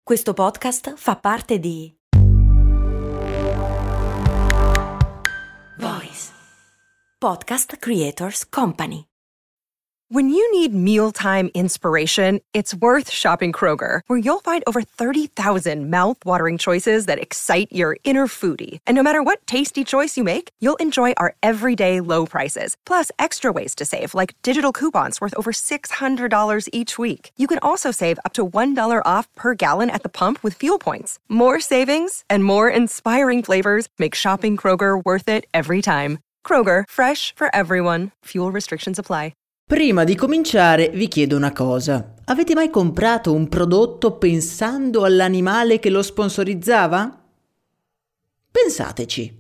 Questo podcast fa parte di Voice Podcast Creators Company. When you need mealtime inspiration, it's worth shopping Kroger, where you'll find over 30,000 mouth-watering choices that excite your inner foodie. And no matter what tasty choice you make, you'll enjoy our everyday low prices, plus extra ways to save, like digital coupons worth over $600 each week. You can also save up to $1 off per gallon at the pump with fuel points. More savings and more inspiring flavors make shopping Kroger worth it every time. Kroger, fresh for everyone. Fuel restrictions apply. Prima di cominciare vi chiedo una cosa. Avete mai comprato un prodotto pensando all'animale che lo sponsorizzava? Pensateci.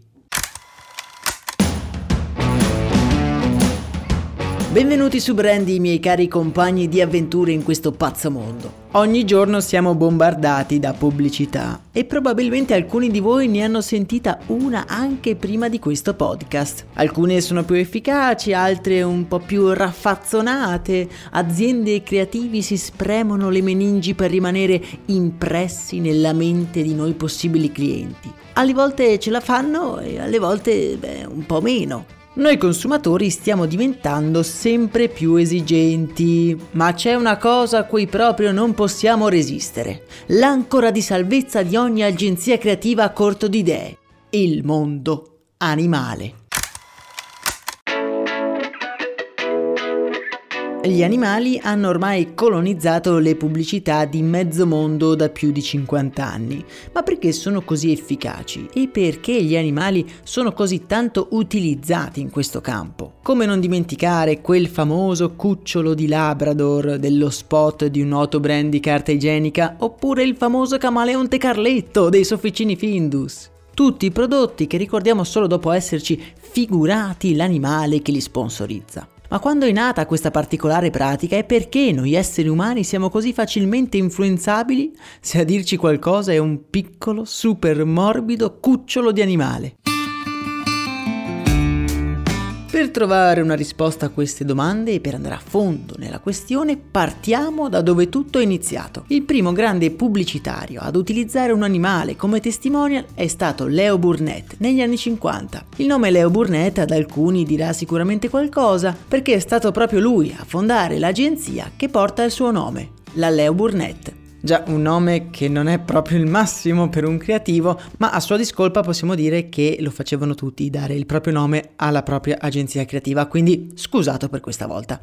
Benvenuti su Brandy, miei cari compagni di avventure in questo pazzo mondo. Ogni giorno siamo bombardati da pubblicità e probabilmente alcuni di voi ne hanno sentita una anche prima di questo podcast. Alcune sono più efficaci, altre un po' più raffazzonate. Aziende e creativi si spremono le meningi per rimanere impressi nella mente di noi possibili clienti. Alle volte ce la fanno e alle volte un po' meno. Noi consumatori stiamo diventando sempre più esigenti, ma c'è una cosa a cui proprio non possiamo resistere: l'ancora di salvezza di ogni agenzia creativa a corto di idee, il mondo animale. Gli animali hanno ormai colonizzato le pubblicità di mezzo mondo da più di 50 anni. Ma perché sono così efficaci? E perché gli animali sono così tanto utilizzati in questo campo? Come non dimenticare quel famoso cucciolo di Labrador dello spot di un noto brand di carta igienica, oppure il famoso camaleonte Carletto dei sofficini Findus. Tutti prodotti che ricordiamo solo dopo esserci figurati l'animale che li sponsorizza. Ma quando è nata questa particolare pratica e perché noi esseri umani siamo così facilmente influenzabili se a dirci qualcosa è un piccolo, super morbido cucciolo di animale? Per trovare una risposta a queste domande e per andare a fondo nella questione, partiamo da dove tutto è iniziato. Il primo grande pubblicitario ad utilizzare un animale come testimonial è stato Leo Burnett negli anni 50. Il nome Leo Burnett ad alcuni dirà sicuramente qualcosa, perché è stato proprio lui a fondare l'agenzia che porta il suo nome, la Leo Burnett. Già, un nome che non è proprio il massimo per un creativo, ma a sua discolpa possiamo dire che lo facevano tutti dare il proprio nome alla propria agenzia creativa, quindi scusato per questa volta.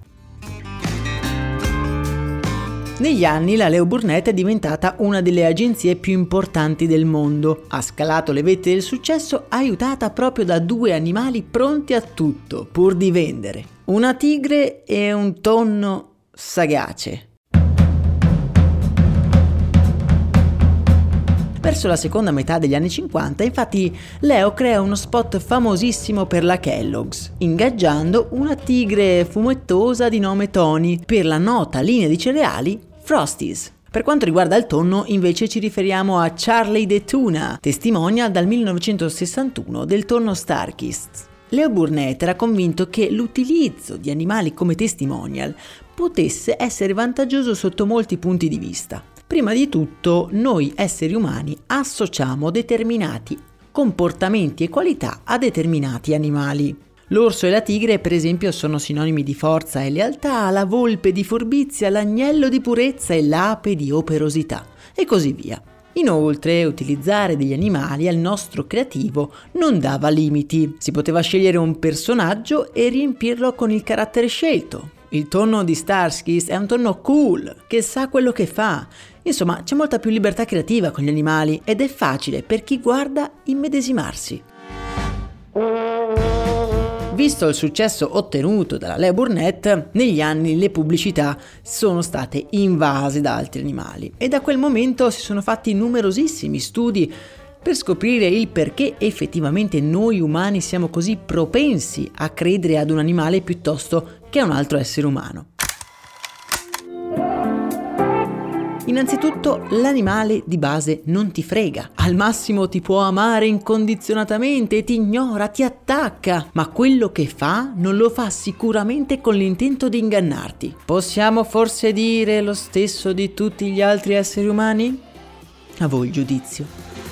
Negli anni la Leo Burnett è diventata una delle agenzie più importanti del mondo. Ha scalato le vette del successo aiutata proprio da due animali pronti a tutto, pur di vendere. Una tigre e un tonno sagace. Verso la seconda metà degli anni 50, infatti, Leo crea uno spot famosissimo per la Kellogg's, ingaggiando una tigre fumettosa di nome Tony per la nota linea di cereali Frosties. Per quanto riguarda il tonno, invece, ci riferiamo a Charlie the Tuna, testimonial dal 1961 del tonno Starkist. Leo Burnett era convinto che l'utilizzo di animali come testimonial potesse essere vantaggioso sotto molti punti di vista. Prima di tutto, noi esseri umani associamo determinati comportamenti e qualità a determinati animali. L'orso e la tigre, per esempio, sono sinonimi di forza e lealtà, la volpe di furbizia, l'agnello di purezza e l'ape di operosità, e così via. Inoltre, utilizzare degli animali al nostro creativo non dava limiti. Si poteva scegliere un personaggio e riempirlo con il carattere scelto. Il tonno di Starkist è un tonno cool, che sa quello che fa. Insomma, c'è molta più libertà creativa con gli animali ed è facile per chi guarda immedesimarsi. Visto il successo ottenuto dalla Leo Burnett, negli anni le pubblicità sono state invase da altri animali e da quel momento si sono fatti numerosissimi studi per scoprire il perché effettivamente noi umani siamo così propensi a credere ad un animale piuttosto che a un altro essere umano. Innanzitutto, l'animale di base non ti frega. Al massimo ti può amare incondizionatamente, ti ignora, ti attacca, ma quello che fa non lo fa sicuramente con l'intento di ingannarti. Possiamo forse dire lo stesso di tutti gli altri esseri umani? A voi il giudizio.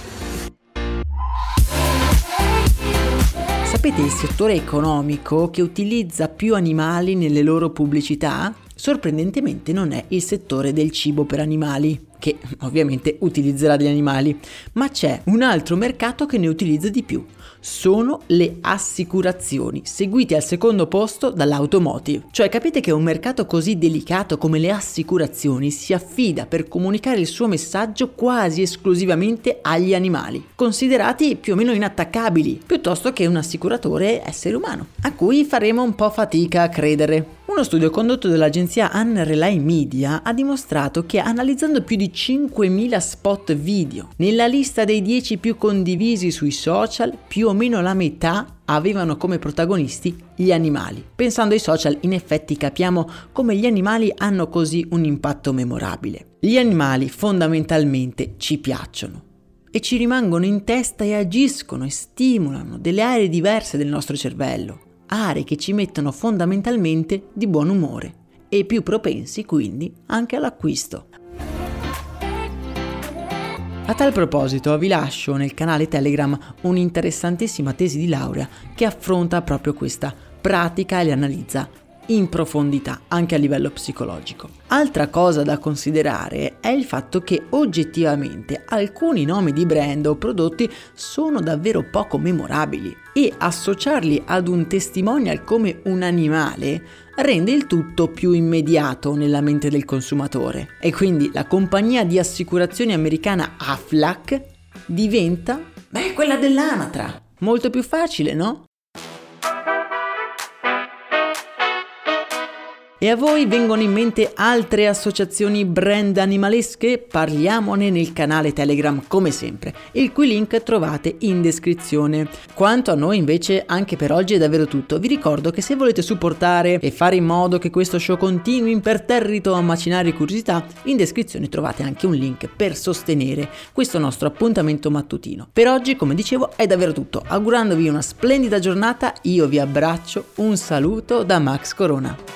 Sapete il settore economico che utilizza più animali nelle loro pubblicità? Sorprendentemente non è il settore del cibo per animali, che ovviamente utilizzerà degli animali, ma c'è un altro mercato che ne utilizza di più. Sono le assicurazioni, seguite al secondo posto dall'automotive. Cioè capite che un mercato così delicato come le assicurazioni si affida per comunicare il suo messaggio quasi esclusivamente agli animali, considerati più o meno inattaccabili, piuttosto che un assicuratore essere umano, a cui faremo un po' fatica a credere. Uno studio condotto dall'agenzia Unrelay Media ha dimostrato che analizzando più di 5.000 spot video nella lista dei 10 più condivisi sui social, più o meno la metà avevano come protagonisti gli animali. Pensando ai social, in effetti capiamo come gli animali hanno così un impatto memorabile. Gli animali fondamentalmente ci piacciono e ci rimangono in testa e agiscono e stimolano delle aree diverse del nostro cervello. Aree che ci mettono fondamentalmente di buon umore e più propensi quindi anche all'acquisto. A tal proposito vi lascio nel canale Telegram un'interessantissima tesi di laurea che affronta proprio questa pratica e le analizza in profondità anche a livello psicologico. Altra cosa da considerare è il fatto che oggettivamente alcuni nomi di brand o prodotti sono davvero poco memorabili e associarli ad un testimonial come un animale rende il tutto più immediato nella mente del consumatore e quindi la compagnia di assicurazioni americana Aflac diventa quella dell'anatra. Molto più facile, no? E a voi vengono in mente altre associazioni brand animalesche? Parliamone nel canale Telegram come sempre, il cui link trovate in descrizione. Quanto a noi invece anche per oggi è davvero tutto. Vi ricordo che se volete supportare e fare in modo che questo show continui imperterrito a macinare curiosità, in descrizione trovate anche un link per sostenere questo nostro appuntamento mattutino. Per oggi, come dicevo, è davvero tutto. Augurandovi una splendida giornata, io vi abbraccio, un saluto da Max Corona.